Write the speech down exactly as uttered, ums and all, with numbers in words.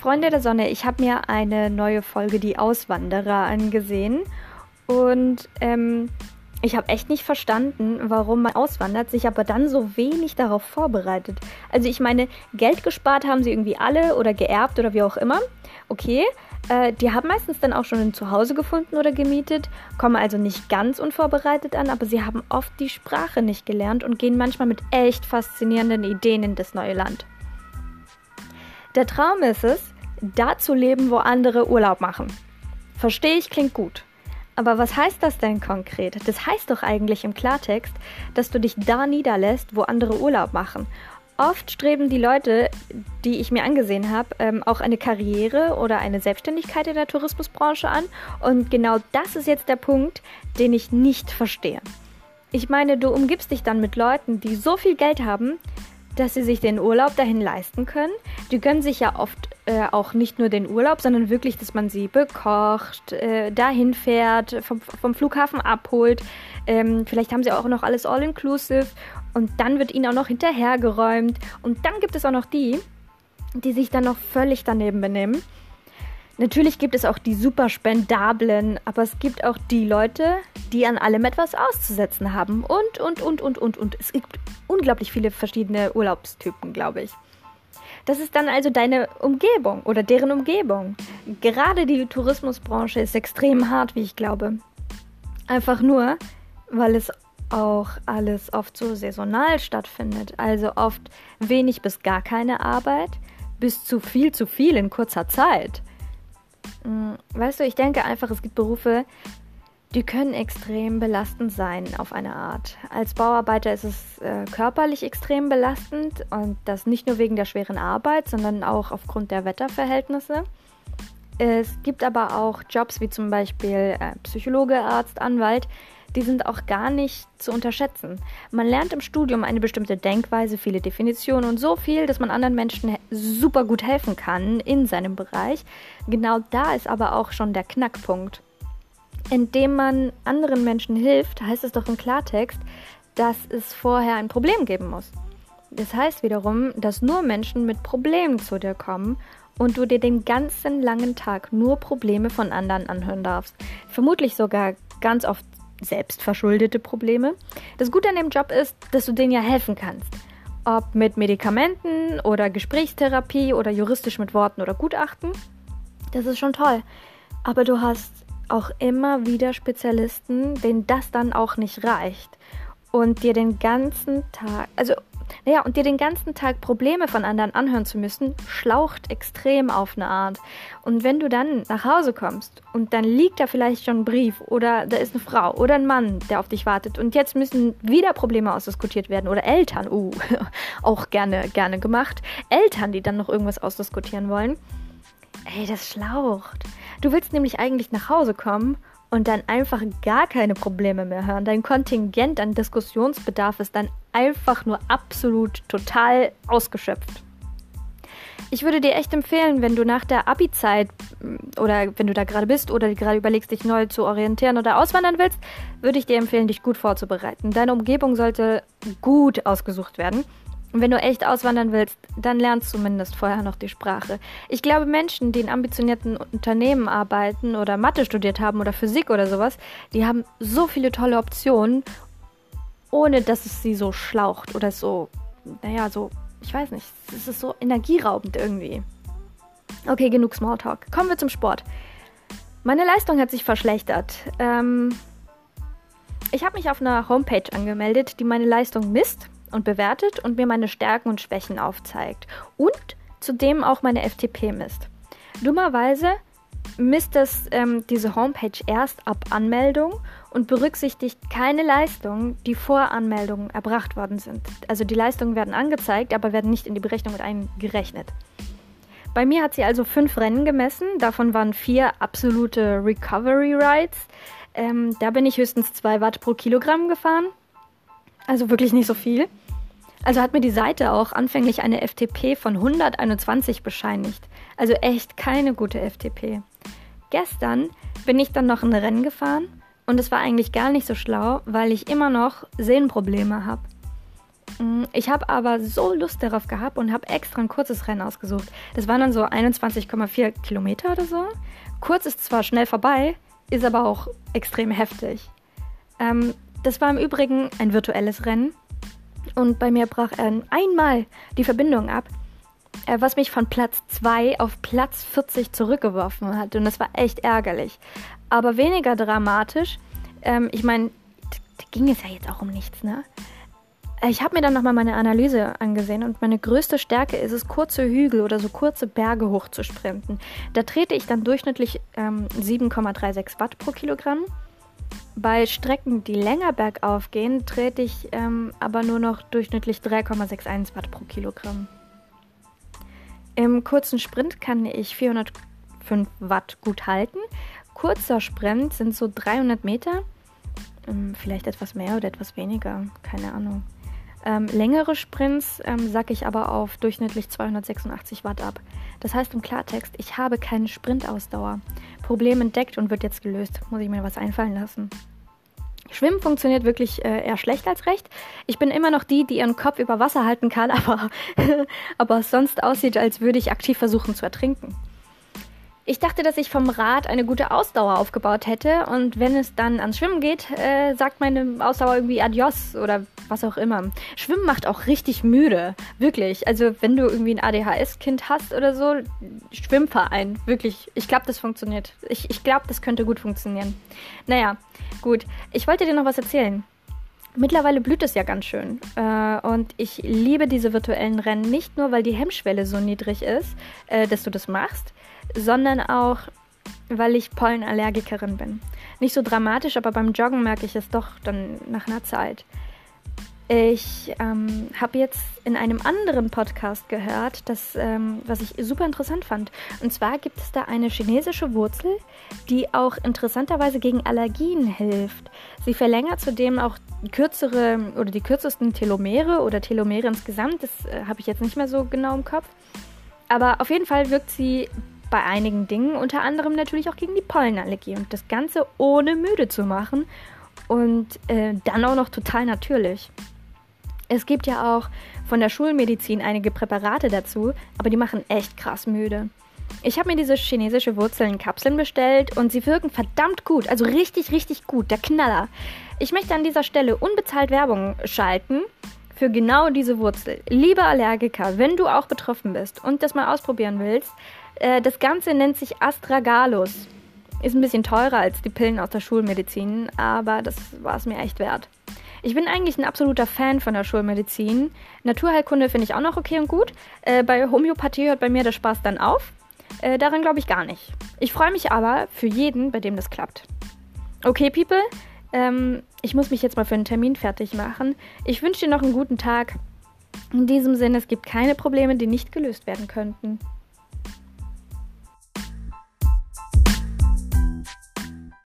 Freunde der Sonne, ich habe mir eine neue Folge Die Auswanderer angesehen und ähm, ich habe echt nicht verstanden, warum man auswandert, sich aber dann so wenig darauf vorbereitet. Also ich meine, Geld gespart haben sie irgendwie alle oder geerbt oder wie auch immer. Okay, äh, die haben meistens dann auch schon ein Zuhause gefunden oder gemietet, kommen also nicht ganz unvorbereitet an, aber sie haben oft die Sprache nicht gelernt und gehen manchmal mit echt faszinierenden Ideen in das neue Land. Der Traum ist es, da zu leben, wo andere Urlaub machen. Verstehe ich, klingt gut. Aber was heißt das denn konkret? Das heißt doch eigentlich im Klartext, dass du dich da niederlässt, wo andere Urlaub machen. Oft streben die Leute, die ich mir angesehen habe, ähm, auch eine Karriere oder eine Selbstständigkeit in der Tourismusbranche an. Und genau das ist jetzt der Punkt, den ich nicht verstehe. Ich meine, du umgibst dich dann mit Leuten, die so viel Geld haben, dass sie sich den Urlaub dahin leisten können. Die gönnen sich ja oft äh, auch nicht nur den Urlaub, sondern wirklich, dass man sie bekocht, äh, dahin fährt, vom, vom Flughafen abholt. Ähm, vielleicht haben sie auch noch alles all-inclusive und dann wird ihnen auch noch hinterhergeräumt. Und dann gibt es auch noch die, die sich dann noch völlig daneben benehmen. Natürlich gibt es auch die super spendablen, aber es gibt auch die Leute, die an allem etwas auszusetzen haben. Und, und, und, und, und, und. Es gibt unglaublich viele verschiedene Urlaubstypen, glaube ich. Das ist dann also deine Umgebung oder deren Umgebung. Gerade die Tourismusbranche ist extrem hart, wie ich glaube. Einfach nur, weil es auch alles oft so saisonal stattfindet. Also oft wenig bis gar keine Arbeit, bis zu viel zu viel in kurzer Zeit. Weißt du, ich denke einfach, es gibt Berufe, die können extrem belastend sein auf eine Art. Als Bauarbeiter ist es äh, körperlich extrem belastend und das nicht nur wegen der schweren Arbeit, sondern auch aufgrund der Wetterverhältnisse. Es gibt aber auch Jobs wie zum Beispiel äh, Psychologe, Arzt, Anwalt, die sind auch gar nicht zu unterschätzen. Man lernt im Studium eine bestimmte Denkweise, viele Definitionen und so viel, dass man anderen Menschen super gut helfen kann in seinem Bereich. Genau da ist aber auch schon der Knackpunkt. Indem man anderen Menschen hilft, heißt es doch im Klartext, dass es vorher ein Problem geben muss. Das heißt wiederum, dass nur Menschen mit Problemen zu dir kommen und du dir den ganzen langen Tag nur Probleme von anderen anhören darfst. Vermutlich sogar ganz oft selbstverschuldete Probleme. Das Gute an dem Job ist, dass du denen ja helfen kannst. Ob mit Medikamenten oder Gesprächstherapie oder juristisch mit Worten oder Gutachten. Das ist schon toll. Aber du hast auch immer wieder Spezialisten, denen das dann auch nicht reicht. Und dir den ganzen Tag, also, naja, und dir den ganzen Tag Probleme von anderen anhören zu müssen, schlaucht extrem auf eine Art. Und wenn du dann nach Hause kommst und dann liegt da vielleicht schon ein Brief oder da ist eine Frau oder ein Mann, der auf dich wartet und jetzt müssen wieder Probleme ausdiskutiert werden oder Eltern, uh, auch gerne, gerne gemacht, Eltern, die dann noch irgendwas ausdiskutieren wollen, ey, das schlaucht. Du willst nämlich eigentlich nach Hause kommen und dann einfach gar keine Probleme mehr hören. Dein Kontingent an Diskussionsbedarf ist dann einfach nur absolut total ausgeschöpft. Ich würde dir echt empfehlen, wenn du nach der Abi-Zeit oder wenn du da gerade bist oder gerade überlegst, dich neu zu orientieren oder auswandern willst, würde ich dir empfehlen, dich gut vorzubereiten. Deine Umgebung sollte gut ausgesucht werden. Und wenn du echt auswandern willst, dann lernst du zumindest vorher noch die Sprache. Ich glaube, Menschen, die in ambitionierten Unternehmen arbeiten oder Mathe studiert haben oder Physik oder sowas, die haben so viele tolle Optionen, ohne dass es sie so schlaucht oder so, naja, so, ich weiß nicht, es ist so energieraubend irgendwie. Okay, genug Smalltalk. Kommen wir zum Sport. Meine Leistung hat sich verschlechtert. Ähm, ich habe mich auf einer Homepage angemeldet, die meine Leistung misst und bewertet und mir meine Stärken und Schwächen aufzeigt und zudem auch meine F T P misst. Dummerweise misst das, ähm, diese Homepage erst ab Anmeldung und berücksichtigt keine Leistungen, die vor Anmeldung erbracht worden sind. Also die Leistungen werden angezeigt, aber werden nicht in die Berechnung mit eingerechnet. Bei mir hat sie also fünf Rennen gemessen, davon waren vier absolute Recovery Rides. Ähm, da bin ich höchstens zwei Watt pro Kilogramm gefahren. Also wirklich nicht so viel. Also hat mir die Seite auch anfänglich eine F T P von hunderteinundzwanzig bescheinigt. Also echt keine gute F T P. Gestern bin ich dann noch ein Rennen gefahren und es war eigentlich gar nicht so schlau, weil ich immer noch Sehnenprobleme habe. Ich habe aber so Lust darauf gehabt und habe extra ein kurzes Rennen ausgesucht. Das waren dann so einundzwanzig Komma vier Kilometer oder so. Kurz ist zwar schnell vorbei, ist aber auch extrem heftig. Ähm, das war im Übrigen ein virtuelles Rennen und bei mir brach er einmal die Verbindung ab, äh, was mich von Platz zwei auf Platz vierzig zurückgeworfen hat und das war echt ärgerlich. Aber weniger dramatisch. Ähm, ich meine, da ging es ja jetzt auch um nichts, ne? Ich habe mir dann nochmal meine Analyse angesehen und meine größte Stärke ist es, kurze Hügel oder so kurze Berge hoch zu sprinten. Da trete ich dann durchschnittlich ähm, sieben Komma sechsunddreißig Watt pro Kilogramm. Bei Strecken, die länger bergauf gehen, trete ich ähm, aber nur noch durchschnittlich drei Komma einundsechzig Watt pro Kilogramm. Im kurzen Sprint kann ich vierhundertfünf Watt gut halten. Kurzer Sprint sind so dreihundert Meter, ähm, vielleicht etwas mehr oder etwas weniger, keine Ahnung. Ähm, längere Sprints ähm, sacke ich aber auf durchschnittlich zweihundertsechsundachtzig Watt ab. Das heißt im Klartext, ich habe keine Sprintausdauer. Problem entdeckt und wird jetzt gelöst. Muss ich mir was einfallen lassen. Schwimmen funktioniert wirklich äh, eher schlecht als recht. Ich bin immer noch die, die ihren Kopf über Wasser halten kann, aber, aber es sonst aussieht, als würde ich aktiv versuchen zu ertrinken. Ich dachte, dass ich vom Rad eine gute Ausdauer aufgebaut hätte und wenn es dann ans Schwimmen geht, äh, sagt meine Ausdauer irgendwie Adios oder was auch immer. Schwimmen macht auch richtig müde, wirklich. Also wenn du irgendwie ein A D H S-Kind hast oder so, Schwimmverein, wirklich. Ich glaube, das funktioniert. Ich, ich glaube, das könnte gut funktionieren. Naja, gut. Ich wollte dir noch was erzählen. Mittlerweile blüht es ja ganz schön äh, und ich liebe diese virtuellen Rennen nicht nur, weil die Hemmschwelle so niedrig ist, äh, dass du das machst, sondern auch, weil ich Pollenallergikerin bin. Nicht so dramatisch, aber beim Joggen merke ich es doch dann nach einer Zeit. Ich ähm, habe jetzt in einem anderen Podcast gehört, das, ähm, was ich super interessant fand. Und zwar gibt es da eine chinesische Wurzel, die auch interessanterweise gegen Allergien hilft. Sie verlängert zudem auch die kürzere oder die kürzesten Telomere oder Telomere insgesamt. Das äh, habe ich jetzt nicht mehr so genau im Kopf. Aber auf jeden Fall wirkt sie bei einigen Dingen, unter anderem natürlich auch gegen die Pollenallergie. Und das Ganze ohne müde zu machen und äh, dann auch noch total natürlich. Es gibt ja auch von der Schulmedizin einige Präparate dazu, aber die machen echt krass müde. Ich habe mir diese chinesische Wurzel in Kapseln bestellt und sie wirken verdammt gut, also richtig, richtig gut, der Knaller. Ich möchte an dieser Stelle unbezahlt Werbung schalten für genau diese Wurzel. Liebe Allergiker, wenn du auch betroffen bist und das mal ausprobieren willst, äh, das Ganze nennt sich Astragalus. Ist ein bisschen teurer als die Pillen aus der Schulmedizin, aber das war es mir echt wert. Ich bin eigentlich ein absoluter Fan von der Schulmedizin. Naturheilkunde finde ich auch noch okay und gut. Äh, bei Homöopathie hört bei mir der Spaß dann auf. Äh, daran glaube ich gar nicht. Ich freue mich aber für jeden, bei dem das klappt. Okay, People, ähm, ich muss mich jetzt mal für einen Termin fertig machen. Ich wünsche dir noch einen guten Tag. In diesem Sinne, es gibt keine Probleme, die nicht gelöst werden könnten.